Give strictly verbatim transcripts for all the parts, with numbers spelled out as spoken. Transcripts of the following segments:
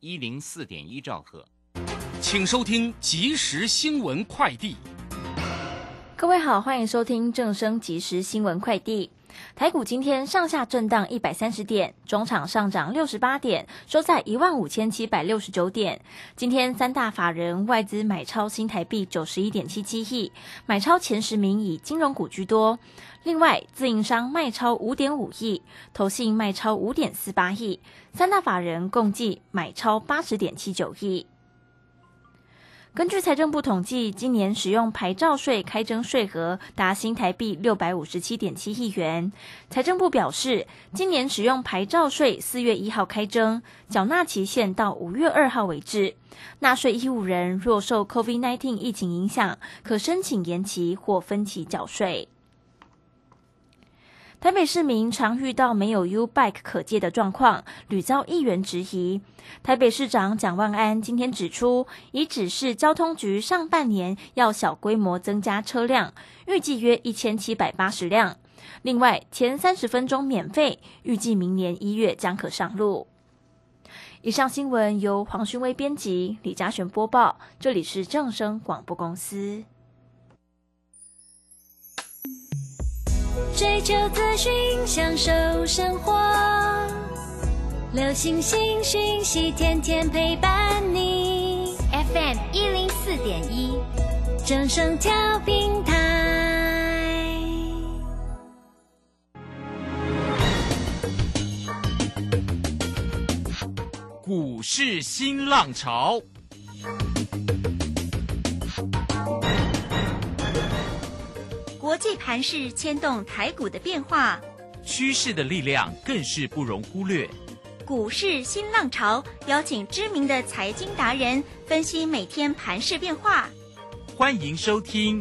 一零四点一兆赫。 请收听即时新闻快递。 各位好，欢迎收听正声即时新闻快递。台股今天上下震荡一百三十点，中场上涨六十八点，收在一万五千七百六十九点。今天三大法人外资买超新台币九十一点七七亿，买超前十名以金融股居多。另外，自营商卖超五点五亿，投信卖超五点四八亿，三大法人共计买超八十点七九亿。根据财政部统计，今年使用牌照税开征税额达新台币六百五十七点七亿元。财政部表示，今年使用牌照税四月一号开征，缴纳期限到五月二号为止。纳税义务人若受 COVID 十九 疫情影响，可申请延期或分期缴税。台北市民常遇到没有 U-Bike 可借的状况，屡遭议员质疑。台北市长蒋万安今天指出，已指示交通局上半年要小规模增加车辆，预计约一千七百八十辆。另外，前三十分钟免费，预计明年一月将可上路。以上新闻由黄勋威编辑，李嘉璇播报，这里是正声广播公司。 追求资讯，享受生活，流行新讯息，天天陪伴你。F M 一零四点一，正声调频台。 股市新浪潮。 国际盘势牵动台股的变化， 趋势的力量更是不容忽略。 股市新浪潮邀请知名的财经达人分析每天盘势变化。 欢迎收听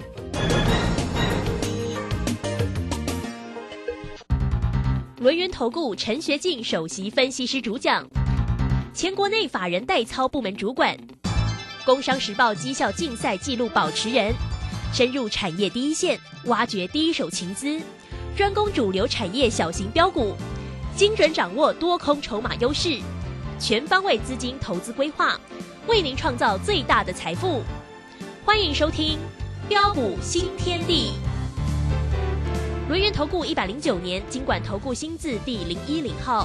轮源投顾陈学进首席分析师主讲，前国内法人代操部门主管，工商时报绩效竞赛纪录保持人，深入产业第一线，挖掘第一手情资，专攻主流产业小型标股，精准掌握多空筹码优势，全方位资金投资规划，为您创造最大的财富。欢迎收听标股新天地。轮源投顾一百零九年金管投顾新字第零一零号。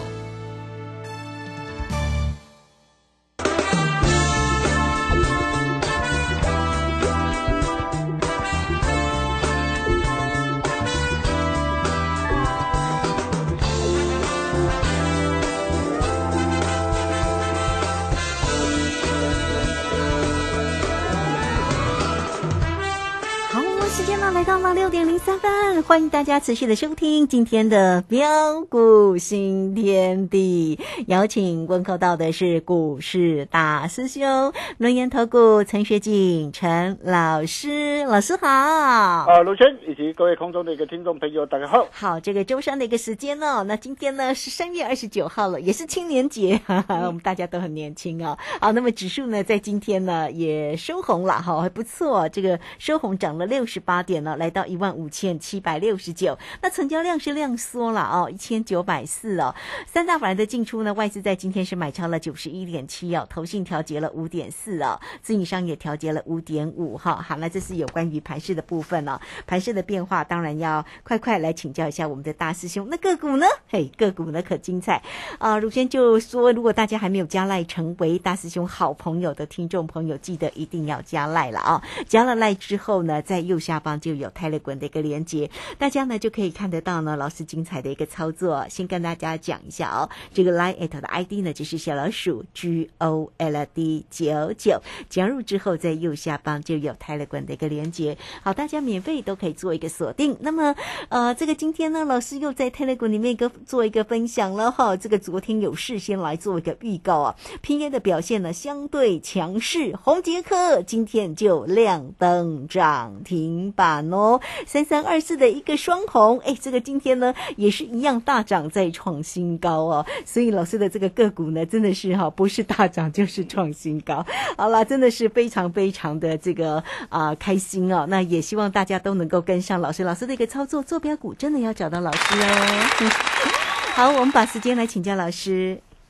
来到了六点零三分，欢迎大家持续的收听今天的标股新天地，邀请问候到的是股市大师兄轮源投顾陈学进陈老师，老师好。 啊，卢轩以及各位空中的一个听众朋友大家好。 好，这个周三的一个时间哦，那今天呢是三月二十九号了，也是青年节，哈哈，我们大家都很年轻哦。好，那么指数呢在今天呢也收红了，好，还不错，这个收红涨了六十八点呢，来到一万五千七百六十九。那成交量是量缩了哦，一千九百四哦。三大法人的进出呢，外资在今天是买超了九十一点七哦，投信调节了五点四哦，自营商也调节了五点五哈。好，那这是有关于盘势的部分哦。盘势的变化，当然要快快来请教一下我们的大师兄。那个股呢？嘿，个股呢可精彩啊！如先就说，如果大家还没有加赖成为大师兄好朋友的听众朋友，记得一定要加赖了啊！加了赖之后呢，在右下方就有 Telegram 的一个连结，大家呢就可以看得到呢老师精彩的一个操作。先跟大家讲一下哦，这个 Line 的 I D 呢就是小老鼠 G O L D 九九，加入之后在右下方就有 Telegram 的一个连结，好，大家免费都可以做一个锁定。那么呃，这个今天呢，老师又在 Telegram 里面一个做一个分享了哈，这个昨天有事先来做一个预告啊，P A 的表现呢相对强势，宏捷科今天就亮灯涨停板哦，三三二四的一个双红，哎，这个今天呢也是一样大涨再创新高哦，所以老师的这个个股呢真的是哈，不是大涨就是创新高。好啦，真的是非常非常的这个啊、呃、开心哦，那也希望大家都能够跟上老师老师的一个操作，做标股真的要找到老师哦。好，我们把时间来请教老师。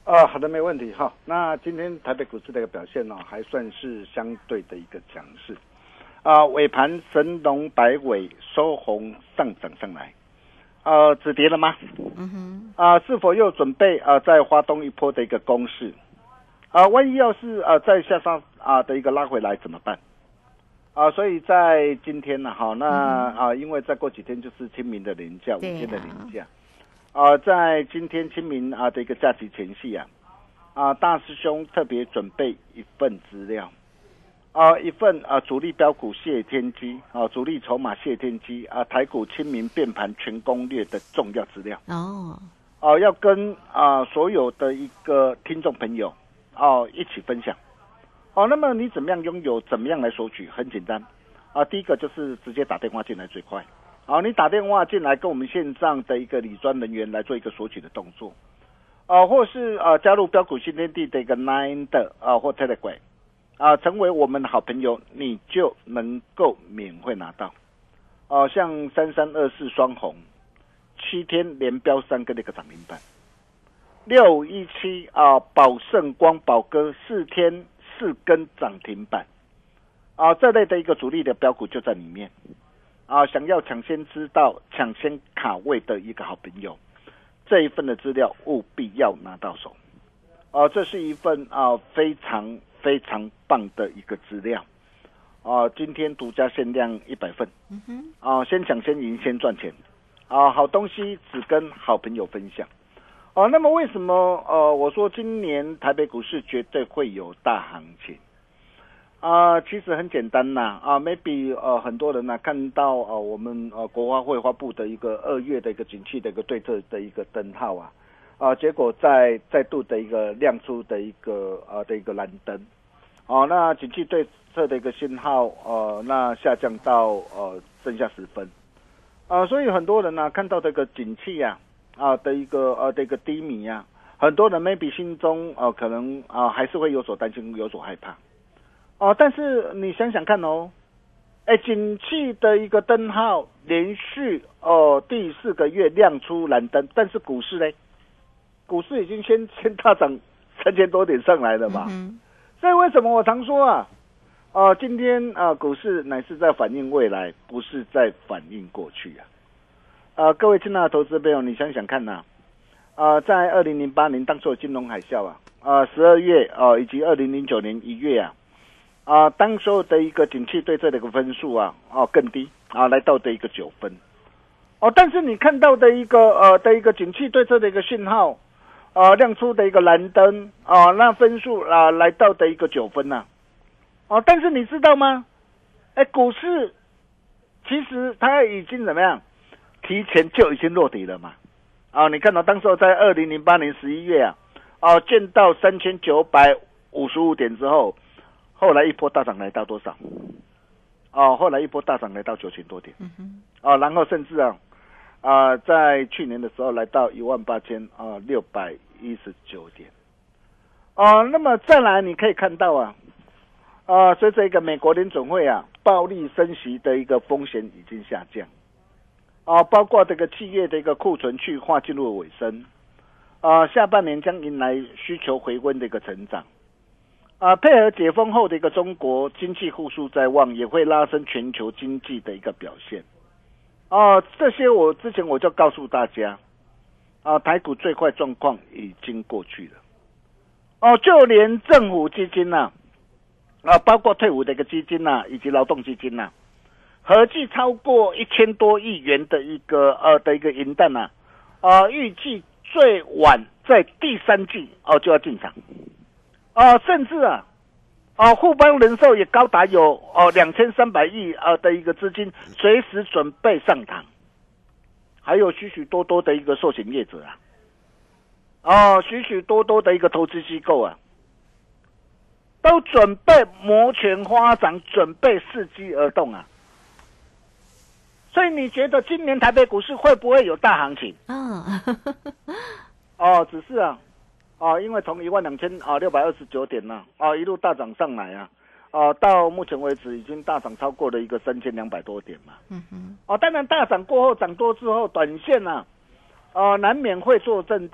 呃，好的，没问题哈。那今天台北股市的一个表现呢、哦，还算是相对的一个强势。啊、呃，尾盘神龙摆尾收红上涨上来，呃，止跌了吗？ 嗯哼。 啊、呃，是否又准备啊、呃、再发动一波的一个攻势？啊、呃，万一要是啊、呃、再下上啊、呃、的一个拉回来怎么办？啊、呃，所以在今天呢，好，那啊、嗯呃，因为再过几天就是清明的连假，五天的连假。啊、呃，在今天清明啊的一个假期前夕啊，啊大师兄特别准备一份资料，啊一份啊主力标股谢天机啊主力筹码谢天机啊台股清明变盘全攻略的重要资料哦， 哦、啊、要跟啊所有的一个听众朋友哦、啊、一起分享哦、啊。那么你怎么样拥有，怎么样来索取？很简单啊，第一个就是直接打电话进来最快。好，你打电话进来跟我们线上的一个理专人员来做一个索取的动作，啊、呃，或是呃加入标股新天地的一个 Line 的啊、呃、或 Telegram 啊、呃，成为我们的好朋友，你就能够免费拿到。哦、呃，像三三二四双红，七天连标三根的一个涨停板，六五一七啊宝盛光宝哥四天四根涨停板，啊、呃，这类的一个主力的标股就在里面。啊，想要抢先知道、抢先卡位的一个好朋友，这一份的资料务必要拿到手。啊，这是一份啊非常非常棒的一个资料。啊，今天独家限量一百份。嗯哼。啊，先抢先赢，先赚钱。啊，好东西只跟好朋友分享。啊，那么为什么呃我说今年台北股市绝对会有大行情？啊、呃，其实很简单呐，啊 ，maybe 呃很多人呢、啊、看到呃我们呃国发会发布的一个二月的一个景气的一个对策的一个灯号啊，啊、呃，结果再再度的一个亮出的一个呃的一个蓝灯，哦、呃，那景气对策的一个信号呃那下降到呃剩下十分，啊、呃，所以很多人呢、啊、看到这个景气啊啊、呃、的一个呃的一个低迷啊，很多人 maybe 心中呃可能啊、呃、还是会有所担心，有所害怕。哦，但是你想想看哦，哎，景气的一个灯号连续哦第四个月亮出蓝灯，但是股市呢，股市已经先先大涨三千多点上来了嘛，嗯、所以为什么我常说啊，哦、呃，今天啊、呃、股市乃是在反映未来，不是在反映过去啊，啊、呃，各位亲爱的投资朋友，你想想看呐、啊，啊、呃，在二零零八年当初的金融海啸啊，啊十二月哦、呃、以及二零零九年一月啊。啊、呃，当时候的一个景气对策的一个分数啊，哦更低啊，来到的一个九分，哦，但是你看到的一个呃的一个景气对策的一个信号，呃亮出的一个蓝灯啊、呃，那分数啊、呃、来到的一个九分呐、啊，哦，但是你知道吗？哎，股市其实它已经怎么样，提前就已经落底了嘛，啊、呃，你看到当时候在二零零八年十一月啊，哦、呃、见到三千九百五十五点之后。后来一波大涨来到多少？哦，后来一波大涨来到九千多点。嗯哼。哦，然后甚至啊，啊、呃，在去年的时候来到一万八千啊六百一十九点。哦，那么再来你可以看到啊，啊、呃，随着一个美国联准会啊暴力升息的一个风险已经下降。啊、呃，包括这个企业的一个库存去化进入尾声。啊、呃，下半年将迎来需求回温的一个成长。啊，配合解封后的一个中国经济复苏在望，也会拉升全球经济的一个表现。啊，这些我之前我就告诉大家，啊，台股最坏状况已经过去了。哦，就连政府基金呐、啊，啊，包括退伍的一个基金呐、啊，以及劳动基金呐、啊，合计超过一千多亿元的一个呃的一个银弹呐，啊，预计最晚在第三季哦就要进场。啊、呃，甚至啊，啊、呃，富邦人寿也高达有哦两千三百亿啊的一个资金，随时准备上场，还有许许多多的一个寿险业者啊，哦，许许多多的一个投资机构啊，都准备摩拳擦掌，准备伺机而动啊。所以你觉得今年台北股市会不会有大行情？ 嗯， 哦，只是啊。啊，因为从一万两千啊六百二十九点呢，啊一路大涨上来啊，啊到目前为止已经大涨超过了一个三千两百多点嘛。嗯哼。啊，当然大涨过后涨多之后，短线啊，啊难免会做震荡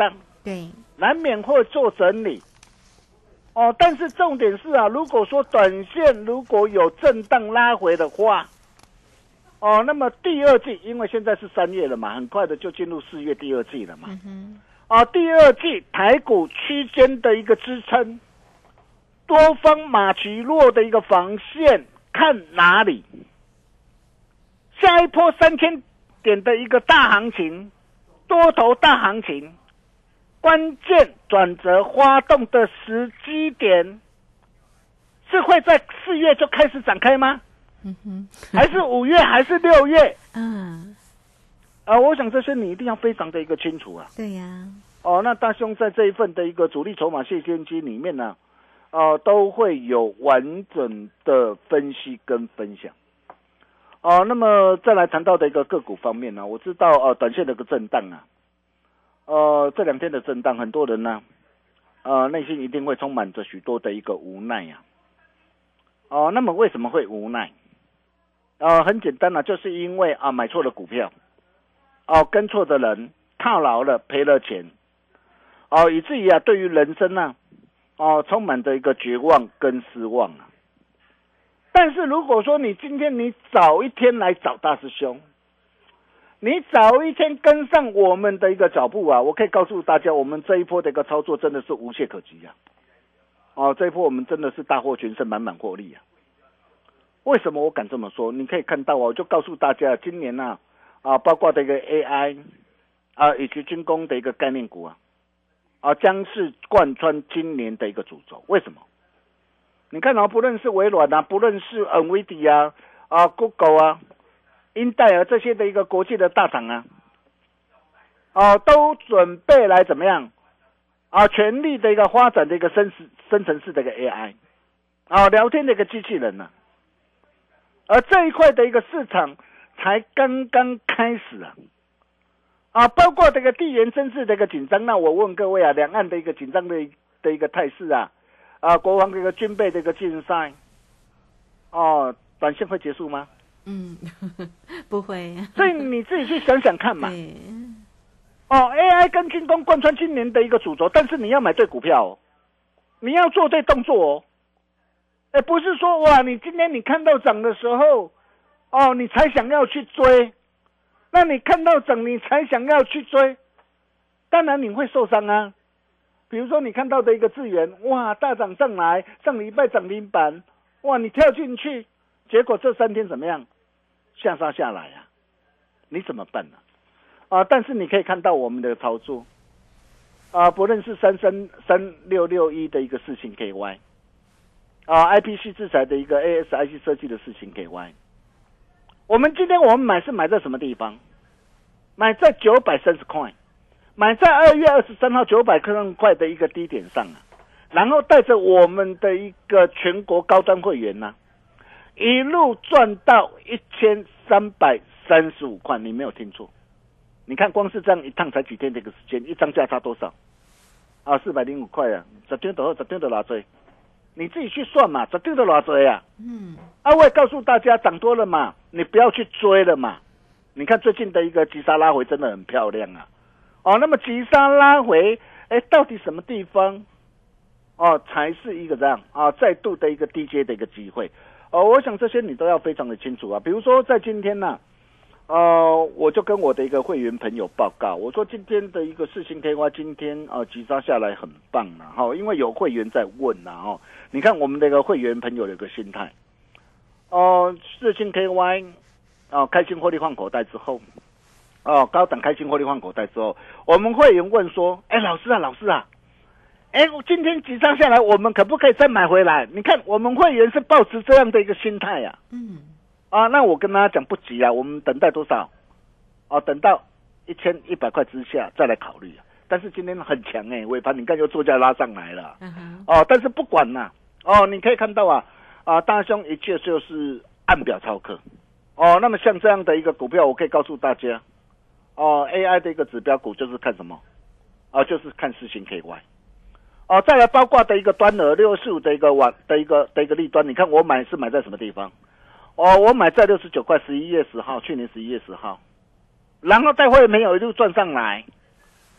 对， 难免会做整理。哦，但是重点是啊，如果说短线如果有震荡拉回的话，哦，那么第二季，因为现在是三月了嘛，很快的就进入四月第二季了嘛。嗯哼。哦，第二季台股区间的一个支撑，多方马奇诺的一个防线，看哪里？下一波三千点的一个大行情，多头大行情，关键转折发动的时机点，是会在四月就开始展开吗？嗯哼，还是五月，还是六月？嗯，啊，我想这些你一定要非常的一个清楚啊。 对呀、啊。 哦，那大兄在这一份的一个主力筹码谢天机里面呢，呃，都会有完整的分析跟分享。哦，那么再来谈到的一个个股方面呢，我知道呃，短线的一个震荡啊，呃，这两天的震荡，很多人呢，呃，内心一定会充满着许多的一个无奈呀、啊。哦，那么为什么会无奈？呃，很简单啊，就是因为啊买错了股票，哦，跟错的人，套牢了，赔了钱。哦，以至于啊，对于人生啊，哦，充满着一个绝望跟失望啊。但是如果说你今天你早一天来找大师兄，你早一天跟上我们的一个脚步啊，我可以告诉大家，我们这一波的一个操作真的是无懈可击啊。哦，这一波我们真的是大获全胜，满满获利啊。为什么我敢这么说？你可以看到啊，我就告诉大家，今年啊，啊，包括这个 A I 啊，以及军工的一个概念股啊。啊，将是贯穿今年的一个主轴。为什么？你看啊，不论是微软啊，不论是 NVIDIA 啊、啊 Google 啊、英戴尔这些的一个国际的大厂啊，啊，都准备来怎么样？啊，全力的一个发展的一个生生成式的一个 A I， 啊，聊天的一个机器人呢、啊。而这一块的一个市场才刚刚开始啊。啊，包括这个地缘政治的一个紧张，那我问各位啊，两岸的一个紧张的的一个态势啊，啊，国防的一个军备的一个竞赛，哦，短线会结束吗？ 嗯，不会。 所以你自己去想想看嘛。哦 ，A I 跟军工贯穿今年的一个主轴，但是你要买对股票哦，你要做对动作哦，哎，不是说哇，你今天你看到涨的时候，哦，你才想要去追。那你看到涨，你才想要去追，当然你会受伤啊。比如说你看到的一个资源，哇，大涨上来，上礼拜涨停板，哇，你跳进去，结果这三天怎么样？下杀下来啊，你怎么办呢、啊？啊，但是你可以看到我们的操作，啊，不论是三三三六六一的一个四星 K Y， 啊 ，I P C 制裁的一个 A S I C 设计的四星 K Y。我们今天我们买是买在什么地方？买在九百三十块，买在二月二十三号九百块的一个低点上啊，然后带着我们的一个全国高端会员呢、啊，一路赚到一千三百三十五块，你没有听错。你看光是这样一趟才几天的一个时间，一张价差多少？啊，四百零五块啊，十天多少？十天多少追？你自己去算嘛，十天多少追啊？嗯，啊，我也告诉大家，涨多了嘛，你不要去追了嘛。你看最近的一个急杀拉回真的很漂亮啊。哦，那么急杀拉回，哎，到底什么地方？哦，才是一个这样啊，再度的一个低阶的一个机会。哦，我想这些你都要非常的清楚啊。比如说在今天呢、啊。呃，我就跟我的一个会员朋友报告，我说今天的一个世星 K Y 今天呃急杀下来很棒啦，哈，因为有会员在问啦，哈，你看我们的一个会员朋友的一个心态，哦、呃，世星 K Y 哦、呃、开心获利换口袋之后，哦、呃、高档开心获利换口袋之后，我们会员问说，哎老师啊老师啊，哎今天急杀下来，我们可不可以再买回来？你看我们会员是抱持这样的一个心态啊，嗯。啊，那我跟大家讲不急啊，我们等待多少？哦、啊，等到一千一百块之下再来考虑啊。但是今天很强哎、欸，尾盘你看又作价拉上来了。嗯哼。哦、啊，但是不管啦、啊，哦，你可以看到啊，啊，大兄一切就是按表操课。哦，那么像这样的一个股票，我可以告诉大家，哦 ，A I 的一个指标股就是看什么？啊，就是看世星 K Y。哦、啊，再来包括的一个端额六四五的一个网的一个的一个利端，你看我买是买在什么地方？哦，我买在六十九块，十一月十号，去年十一月十号，然后待会没有一路赚上来，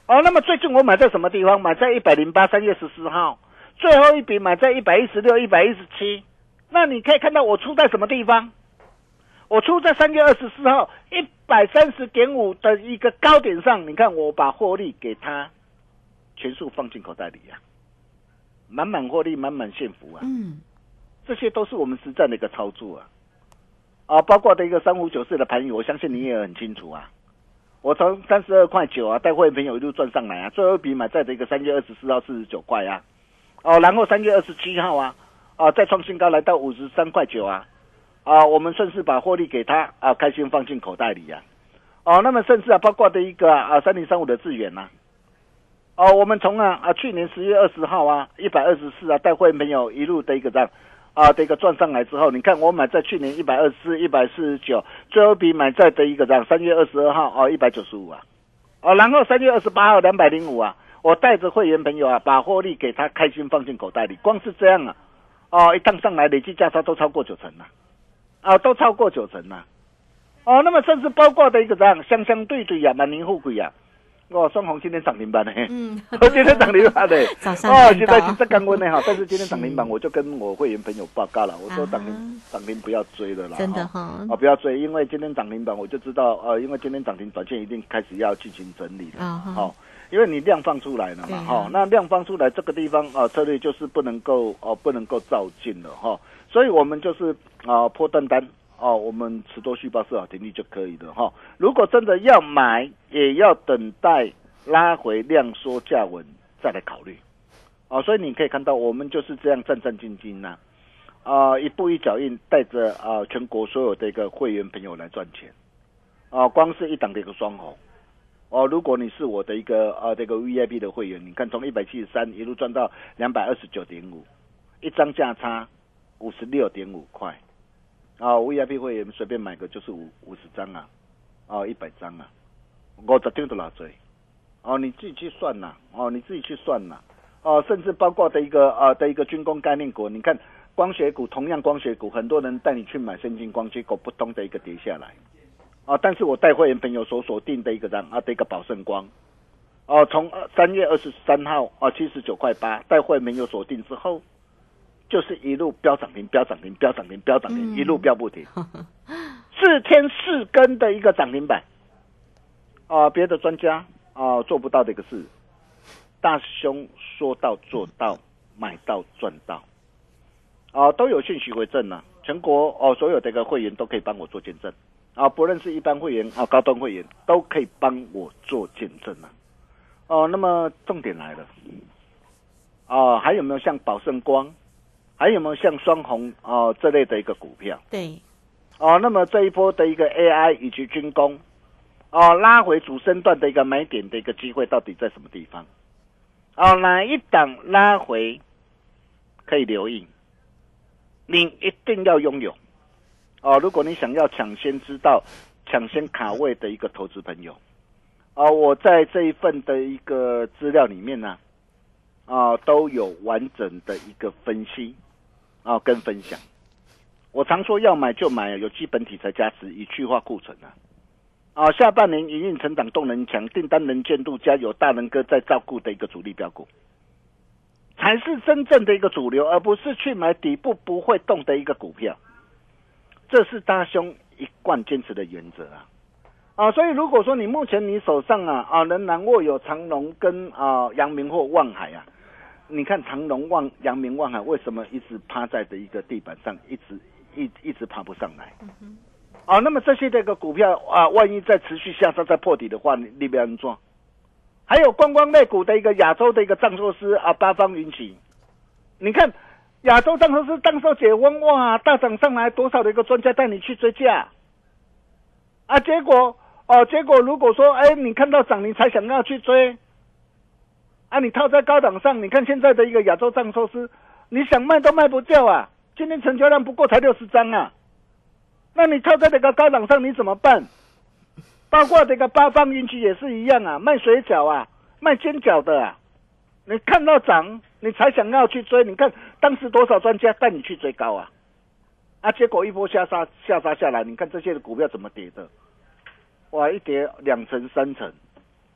哦，那么最近我买在什么地方？买在一百零八，三月十四号，最后一笔买在一百一十六、一百一十七。那你可以看到我出在什么地方？我出在三月二十四号一百三十点五的一个高点上。你看我把获利给它全数放进口袋里啊，满满获利，满满幸福啊。嗯，这些都是我们实战的一个操作啊。啊，包括的一个三五九四的盘语，我相信你也很清楚啊。我从三十二块九啊，带会员朋友一路赚上来啊，最后一笔买在这个三月二十四号四十九块啊，哦，然后三月二十七号啊，啊再创新高来到五十三块九啊，啊我们顺势把获利给他啊，开心放进口袋里啊，哦，那么甚至啊，包括的一个啊三零三五的智远呐，哦，我们从啊啊去年十月二十号啊一百二十四啊，带会员朋友一路的一个这样。啊，这个赚上来之后，你看我买在去年一百二十四、一百四十九，最后一笔买在的一个这样三月二十二号哦一百九十五啊，哦，然后三月二十八号两百零五啊，我带着会员朋友啊，把获利给他开心放进口袋里，光是这样啊，哦，一趟上来累计价差都超过九成了，啊，都超过九成了，哦，那么甚至包括的一个这样相相对对呀、啊，满宁富贵呀。哦，双红今天涨停板呢，嗯，我今天涨停板的，哦，现在是在降温呢哈，但是今天涨停板我就跟我会员朋友报告了，我说涨停涨停不要追了啦， 真的哈， 哦不要追，因为今天涨停板我就知道，呃，因为今天涨停短线一定开始要进行整理了，哦，因为你量放出来了嘛，哈，那量放出来这个地方啊，策略就是不能够哦不能够照进了哈，所以我们就是啊破单单。哦，我们持多续报设好停利就可以了哈。如果真的要买，也要等待拉回量缩价稳再来考虑。哦，所以你可以看到，我们就是这样战战兢兢呐，啊、呃，一步一脚印，带着啊、呃、全国所有的一个会员朋友来赚钱。啊、呃，光是一档的一个双红。哦，如果你是我的一个呃这个 V I P 的会员，你看从一百七十三一路赚到两百二十九点五，一张价差五十六点五块。啊 ，V I P 会员随便买个就是五五十张啊，啊一百张啊，五十张都老追，哦你自己去算呐、啊，哦你自己去算呐、啊，哦甚至包括的一个呃的一个军工概念股，你看光学股同样光学股，很多人带你去买先进光，结果不同的一个跌下来，啊但是我带会员朋友所锁定的一个张啊的一个宝盛光，哦从三月二十三号啊七十九块八带会员朋友锁定之后。就是一路飙涨停，飙涨停，飙涨停，飙涨停，嗯、一路飙不停，四天四根的一个涨停板，啊、呃，别的专家啊、呃、做不到的一个事，大兄说到做到，买到赚到，啊、呃，都有讯息为证啊，全国哦、呃、所有的一个会员都可以帮我做见证，啊、呃，不论是一般会员啊、呃、高端会员都可以帮我做见证啊，哦、呃，那么重点来了，啊、呃，还有没有像宝盛光？还有没有像双红哦、呃、这类的一个股票？ 对， 哦，那么这一波的一个 A I 以及军工，哦拉回主升段的一个买点的一个机会到底在什么地方？哦，哪一档拉回可以留意？你一定要拥有哦。如果你想要抢先知道、抢先卡位的一个投资朋友，哦，我在这一份的一个资料里面呢、啊，啊都有完整的一个分析。啊，跟分享，我常说要买就买，有基本题材加持，以去化库存啊。啊，下半年营运成长动能强，订单能见度佳，有大人哥在照顾的一个主力标股，才是真正的一个主流，而不是去买底部不会动的一个股票。这是大兄一贯坚持的原则啊。啊，所以如果说你目前你手上啊啊仍然握有长荣跟啊阳明或万海啊。你看长荣、望阳明、万海为什么一直趴在的一个地板上，一直一一直爬不上来？嗯、啊，那么这些这个股票啊，万一再持续下杀、再破底的话，你你别安装。还有观光类股的一个亚洲的一个藏寿司啊，八方云集。你看亚洲藏寿司当时解封，哇，大涨上来，多少的一个专家带你去追价啊？结果哦、啊，结果如果说哎，你看到涨你才想要去追。啊，你套在高档上，你看现在的一个亚洲藏寿司，你想卖都卖不掉啊！今天成交量不过才六十张啊，那你套在这个高档上你怎么办？包括这个八方云集也是一样啊，卖水饺啊，卖煎饺的啊，你看到涨你才想要去追，你看当时多少专家带你去追高啊？啊，结果一波下杀下杀下来，你看这些的股票怎么跌的？哇，一跌两成三成。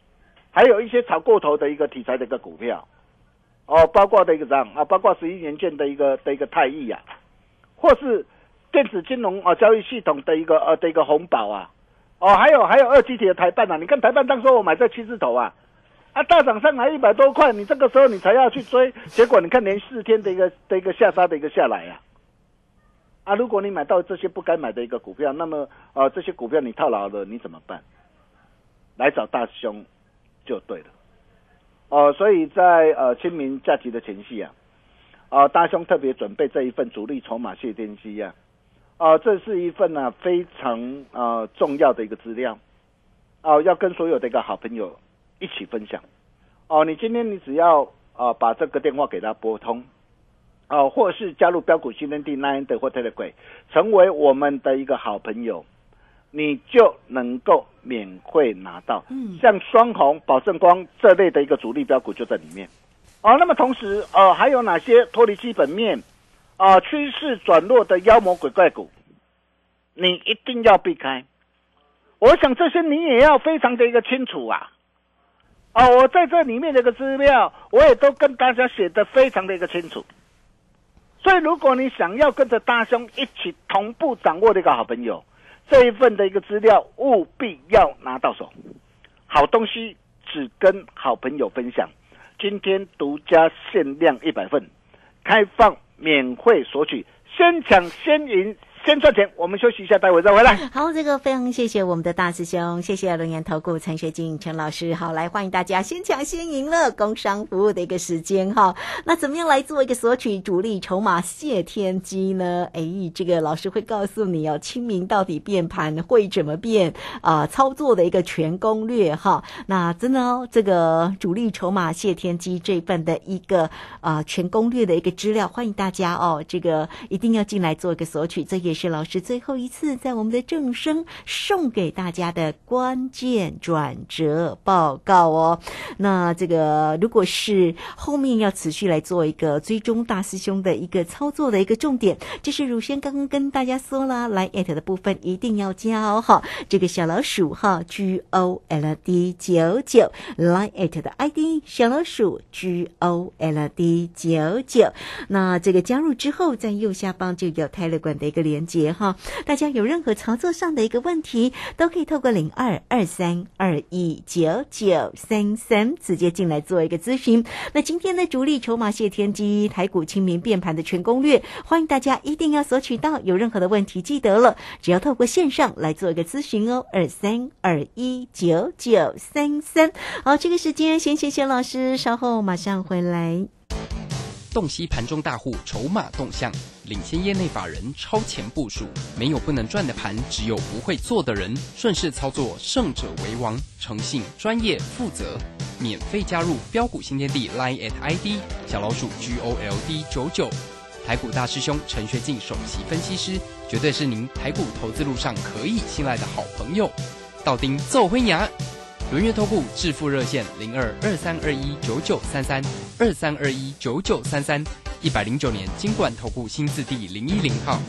还有一些炒过头的一个题材的一个股票，哦，包括的一个这样啊，包括十一年建的一个的一个泰益啊，或是电子金融啊交易系统的一个呃的一个红宝啊，哦，还有还有二极体的台半啊，你看台半当时我买在七字头啊，啊大涨上来一百多块，你这个时候你才要去追，结果你看连四天的一个的一个下杀的一个下来啊。啊，如果你买到这些不该买的一个股票，那么呃这些股票你套牢了，你怎么办？来找大师兄就对了。哦、呃，所以在呃清明假期的前夕啊，啊、呃、大师兄特别准备这一份主力筹码谢天机啊，啊、呃、这是一份呢、啊、非常呃重要的一个资料，啊、呃、要跟所有的一个好朋友一起分享。哦、呃，你今天你只要啊、呃、把这个电话给他拨通。哦、呃，或是加入标股新天地 Line 的或 Telegram， 成为我们的一个好朋友，你就能够免费拿到，嗯，像双红、宝盛光这类的一个主力标股就在里面。哦、呃，那么同时，呃，还有哪些脱离基本面，啊、呃，趋势转弱的妖魔鬼怪股，你一定要避开。我想这些你也要非常的一个清楚啊。哦，我在这里面的一个资料，我也都跟大家写得非常的一个清楚。所以，如果你想要跟着大兄一起同步掌握的一个好朋友，这一份的一个资料务必要拿到手。好东西只跟好朋友分享，今天独家限量一百份，开放免费索取，先抢先赢。先赚钱，我们休息一下，待会再回来。 好，这个非常谢谢我们的大师兄，谢谢龙岩投顾陈学进陈老师。好，来欢迎大家先抢先赢了，工商服务的一个时间哈。那怎么样来做一个索取主力筹码谢天机呢？哎，这个老师会告诉你哦，清明到底变盘会怎么变啊、呃？操作的一个全攻略哈。那真的哦，这个主力筹码谢天机这份的一个啊、呃、全攻略的一个资料，欢迎大家哦，这个一定要进来做一个索取，这也是老师最后一次在我们的正声送给大家的关键转折报告哦。那这个如果是后面要持续来做一个追踪大师兄的一个操作的一个重点，就是乳轩刚刚跟大家说了，来 at 的部分一定要加哦哈，这个小老鼠哈 G O L D 九九 来 at 的 I D 小老鼠 G O L D 九九，那这个加入之后，在右下方就有泰勒管的一个连结哈，大家有任何操作上的一个问题，都可以透过零二二三二一九九三三直接进来做一个咨询。那今天的主力筹码谢天机台股清明变盘的全攻略，欢迎大家一定要索取到，有任何的问题记得了，只要透过线上来做一个咨询哦，二三二一九九三三。好，这个时间先谢谢老师，稍后马上回来。 洞悉盘中大户筹码动向，领先业内法人超前部署，没有不能赚的盘，只有不会做的人。顺势操作，胜者为王。诚信、专业、负责，免费加入标股新天地 Line at I D 小老鼠 G O L D 九九。台股大师兄陈学进首席分析师，绝对是您台股投资路上可以信赖的好朋友。道丁奏辉牙。轮源投顾致富热线零二二三二一九九三三二三二一九九三三，一百零九年金管投顾新字第零一零号。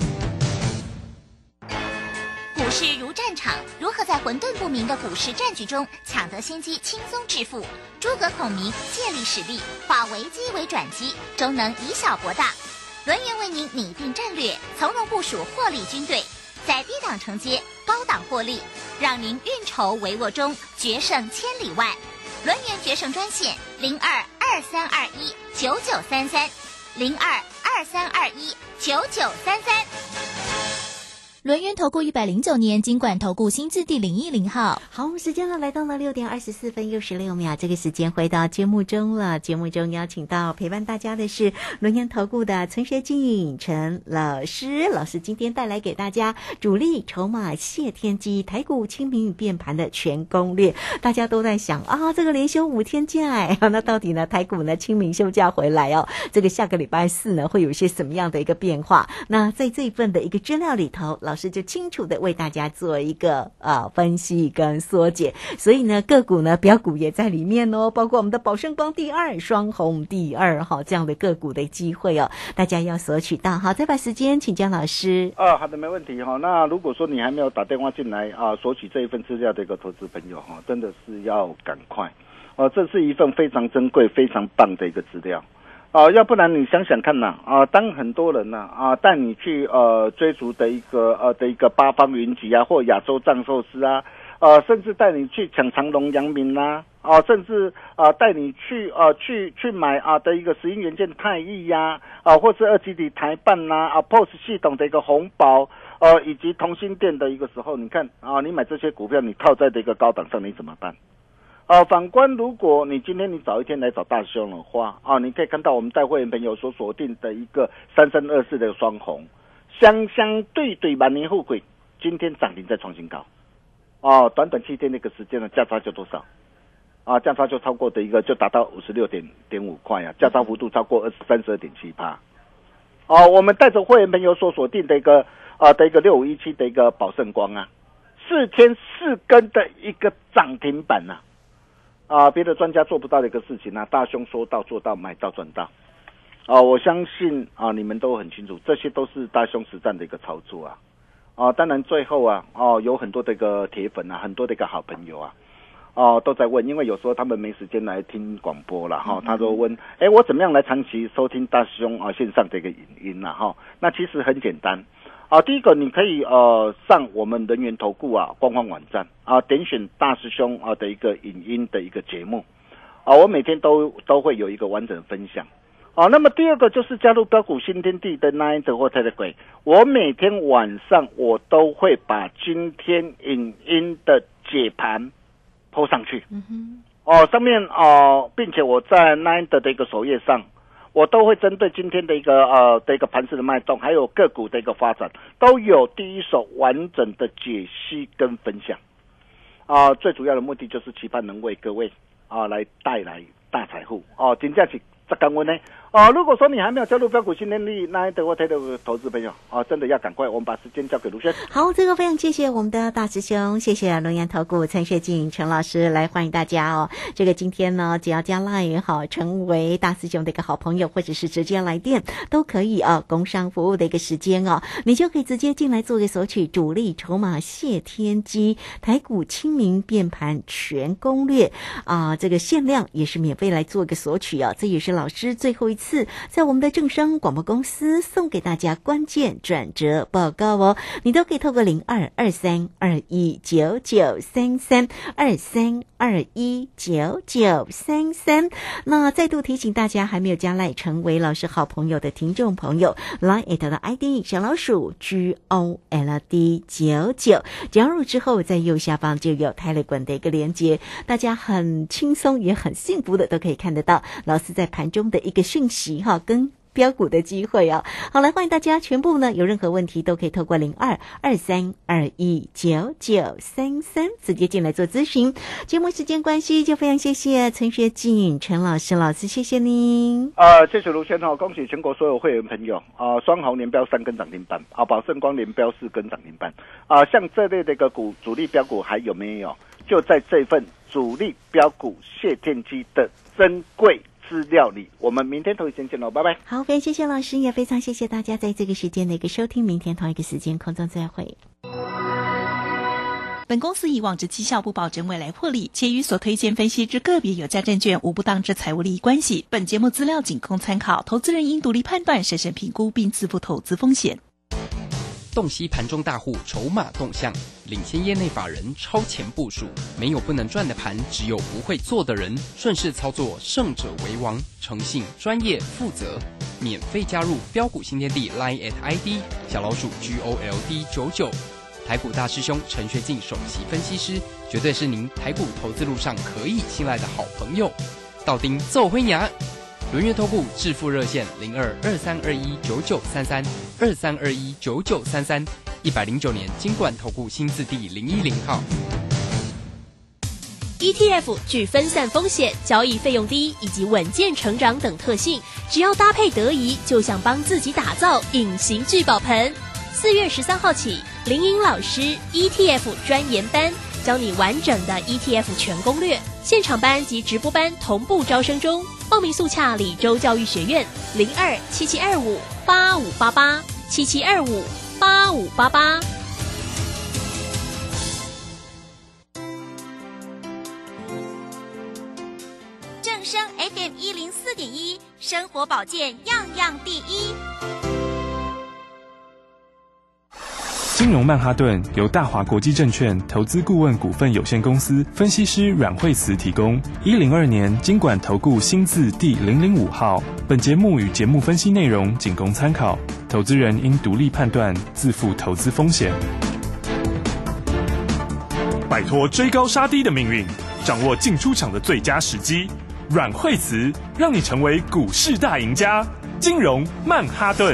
股市如战场，如何在混沌不明的股市战局中抢得先机，轻松致富？诸葛孔明借力使力，化危机为转机，终能以小博大。轮源为您拟定战略，从容部署获利军队，在低档承接，高档获利，让您运筹帷幄中决胜千里外。轮源决胜专线零二二三二一九九三三零二二三二一九九三三。 轮源投顾一百零九年金管投顾新字第零一零号。 好，时间呢来到了六点二十四分又十六秒，这个时间回到节目中了。节目中邀请到陪伴大家的是轮源投顾的陈学进陈老师，老师今天带来给大家主力筹码谢天机台股清明变盘的全攻略。大家都在想啊，这个连休五天假哎，那到底呢台股呢清明休假回来哦，这个下个礼拜四呢会有一些什么样的一个变化？那在这一份的一个资料里头，老师就清楚的为大家做一个呃分析跟缩解，所以呢个股呢标股也在里面哦，包括我们的宝盛光第二、双红第二哈这样的个股的机会哦，大家要索取到。好，再把时间请教老师。 哦，好的，没问题哈。那如果说你还没有打电话进来啊，索取这一份资料的一个投资朋友哈，真的是要赶快哦，这是一份非常珍贵、非常棒的一个资料。哦，要不然你想想看呐，啊，当很多人呐啊带你去呃追逐的一个呃的一个八方云集啊，或亚洲藏寿司啊，呃，甚至带你去抢长隆、阳明啦，啊，甚至啊带你去呃去去买啊的一个石英元件太毅呀，啊，或是二极体台办啦，啊 P O S 系统的一个红宝，呃，以及同心店的一个时候，你看啊，你买这些股票，你套在这个高档上，你怎么办？啊，反观如果你今天你早一天来找大师兄的话，啊，你可以看到我们带会员朋友所锁定的一个三三二四的双红，相相对对万年后悔，今天涨停再创新高，哦、啊，短短七天那个时间的价差就多少？啊，价差就超过的一个就达到五十六点点五块啊，价差幅度超过二十三十二点七趴。哦，我们带着会员朋友所锁定的一个啊的一个六五一七的一个宝盛光啊，四天四根的一个涨停板啊。啊，别的专家做不到的一个事情啊，大兄说到做到，买到赚到。啊，我相信啊，你们都很清楚，这些都是大兄实战的一个操作啊。啊，当然最后啊，哦、啊，有很多的一个铁粉啊，很多的一个好朋友啊，哦、啊，都在问，因为有时候他们没时间来听广播了哈，他都问，哎，我怎么样来长期收听大兄啊线上的一个影音啊哈？那其实很简单。啊，第一个你可以呃上我们人源投顾啊官方网站啊，点选大师兄啊的一个影音的一个节目啊，我每天都都会有一个完整的分享啊。那么第二个就是加入标股新天地的 Line 或 Telegram， 我每天晚上我都会把今天影音的解盘 po 上去，嗯哼，哦、啊、上面哦、啊，并且我在 Line 的一个首页上。我都会针对今天的一个呃的一个盘势的脉动，还有个股的一个发展，都有第一手完整的解析跟分享。啊、呃，最主要的目的就是期盼能为各位啊、呃、来带来大财富哦，真正是这感恩呢。哦、呃，如果说你还没有加入标股新天地，那德国台的投资朋友啊、呃，真的要赶快，我们把时间交给卢轩。 好，这个非常谢谢我们的大师兄，谢谢龙岩投顾陈学进陈老师来欢迎大家哦。这个今天呢，只要加 LINE 也好，成为大师兄的一个好朋友，或者是直接来电都可以啊。工商服务的一个时间哦，你就可以直接进来做个索取主力筹码谢天机台股清明变盘全攻略啊，这个限量也是免费来做个索取啊。这也是老师最后一次在我们的正声广播公司送给大家关键转折报告哦，你都可以透过零二二三二一九九三三二三二一九九三三。那再度提醒大家，还没有加赖成为老师好朋友的听众朋友 ，Line 的 I D 小老鼠 G O L D 九九，加入之后在右下方就有 Telegram 的一个连接，大家很轻松也很幸福的都可以看得到老师在盘中的一个讯息哈，跟标股的机会哦。好，来欢迎大家，全部呢有任何问题都可以透过零二二三二一九九三三直接进来做咨询。节目时间关系，就非常谢谢陈学进陈老师老师，谢谢您。 呃，谢谢卢先生，恭喜全国所有会员朋友啊、呃，双红连标三根涨停板啊，宝盛光连标四根涨停板啊、呃，像这类的一个股主力标股还有没有？就在这份主力标股谢天机的珍贵资料里，我们明天同一时间见喽，拜拜。 好，非常谢谢老师，也非常谢谢大家在这个时间的一个收听，明天同一个时间空中再会。 本公司以往之绩效不保证未来获利，且与所推荐分析之个别有价证券无不当之财务利益关系。本节目资料仅供参考，投资人应独立判断、审慎评估并自负投资风险。 洞悉盘中大户筹码动向，领先业内法人超前部署，没有不能赚的盘，只有不会做的人。顺势操作，胜者为王。诚信、专业、负责，免费加入标股新天地 Line at I D 小老鼠 G O L D 九九。台股大师兄陈学进首席分析师，绝对是您台股投资路上可以信赖的好朋友。道丁奏灰牙。轮源投顾致富热线零二二三二一九九三三二三二一九九三三，一百零九年金管投顾新字第零一零号。 E T F 具分散风险、交易费用低以及稳健成长等特性，只要搭配得宜，就像帮自己打造隐形聚宝盆。四月十三号起，林颖老师 E T F 专研班教你完整的 E T F 全攻略，现场班及直播班同步招生中。报名速洽李州教育学院零二七七二五八五八八七七二五八五八八。 M 一零四点一，生活保健样样第一。 金融曼哈顿由大华国际证券投资顾问股份有限公司分析师阮惠慈提供。一零二年金管投顾新字第零零五号。本节目与节目分析内容仅供参考，投资人应独立判断，自负投资风险。摆脱追高杀低的命运，掌握进出场的最佳时机。阮惠慈让你成为股市大赢家。金融曼哈顿。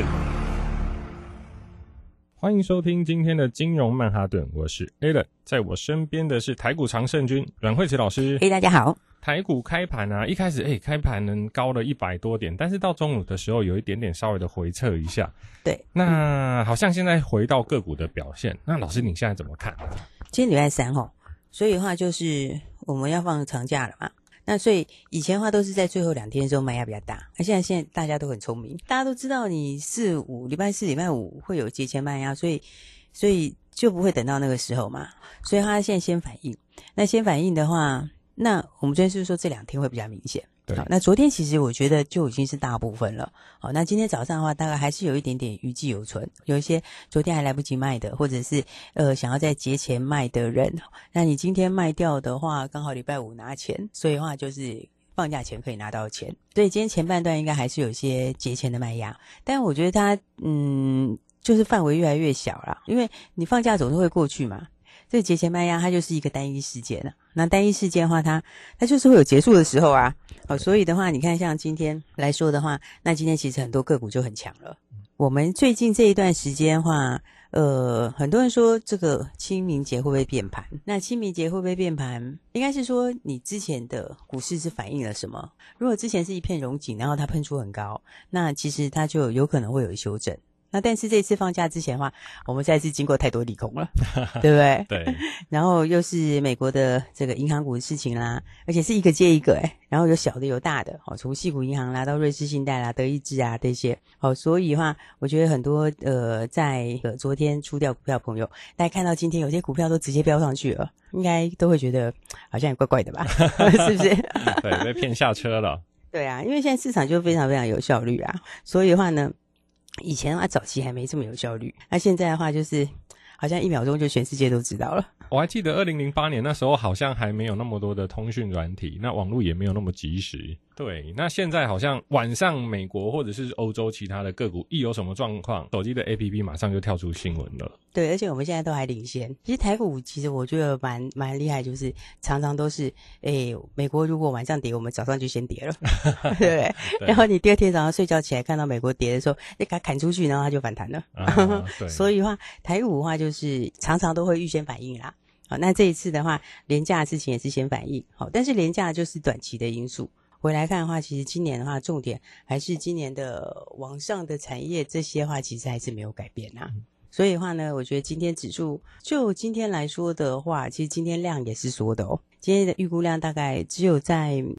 欢迎收听今天的金融曼哈顿，我是 Alan， 在我身边的是台股常胜军阮惠慈老师。 嘿，大家好。 台股开盘啊，一开始诶开盘能高了一百多点，但是到中午的时候有一点点稍微的回撤一下。 对， 那好像现在回到个股的表现，那老师你现在怎么看？ 今天礼拜三齁，所以的话就是我们要放长假了嘛。那所以以前的话都是在最后两天的时候卖压比较大，那现在现在大家都很聪明，大家都知道你四五礼拜四礼拜五会有节前卖压，所以所以就不会等到那个时候嘛，所以他现在先反应。那先反应的话，那我们昨天是不是说这两天会比较明显？好，那昨天其实我觉得就已经是大部分了。好，那今天早上的话，大概还是有一点点余悸犹存，有一些昨天还来不及卖的，或者是呃想要在节前卖的人，那你今天卖掉的话，刚好礼拜五拿钱，所以的话就是放假前可以拿到钱。所以今天前半段应该还是有一些节前的卖压，但我觉得它嗯就是范围越来越小啦，因为你放假总是会过去嘛。这个节前卖压它就是一个单一事件啊，那单一事件的话它它就是会有结束的时候啊，哦，所以的话你看像今天来说的话，那今天其实很多个股就很强了。我们最近这一段时间的话，呃，很多人说这个清明节会不会变盘？那清明节会不会变盘？应该是说你之前的股市是反映了什么？如果之前是一片荣景，然后它喷出很高，那其实它就有可能会有修正。那但是这次放假之前的话，我们再次经过太多利空了，对不对？ 对。 然后又是美国的这个银行股的事情啦，而且是一个接一个诶、欸、然后有小的有大的，哦，从矽谷银行啦到瑞士信贷啦、德意志啊这些，哦，所以的话，我觉得很多呃在呃昨天出掉股票的朋友，大家看到今天有些股票都直接飙上去了，应该都会觉得好像也怪怪的吧，是不是？ 对，被骗下车了。 对啊，因为现在市场就非常非常有效率啊，所以的话呢。以前的话早期还没这么有效率，那现在的话就是好像一秒钟就全世界都知道了。 我还记得二零零八年那时候好像还没有那么多的通讯软体，那网络也没有那么及时。对，那现在好像晚上美国或者是欧洲其他的个股一有什么状况，手机的 A P P 马上就跳出新闻了。 对，而且我们现在都还领先。其实台股其实我觉得蛮蛮厉害，就是常常都是诶，美国如果晚上跌，我们早上就先跌了，对不对？对，然后你第二天早上睡觉起来看到美国跌的时候，你给它砍出去，然后它就反弹了。啊，对。所以的话，台股的话就是常常都会预先反应啦。好，那这一次的话，连假的事情也是先反应。好，但是连假就是短期的因素。回来看的话，其实今年的话，重点还是今年的往上的产业这些的话，其实还是没有改变啦。嗯，所以的话呢，我觉得今天指数就今天来说的话，其实今天量也是缩的哦。今天的预估量大概只有在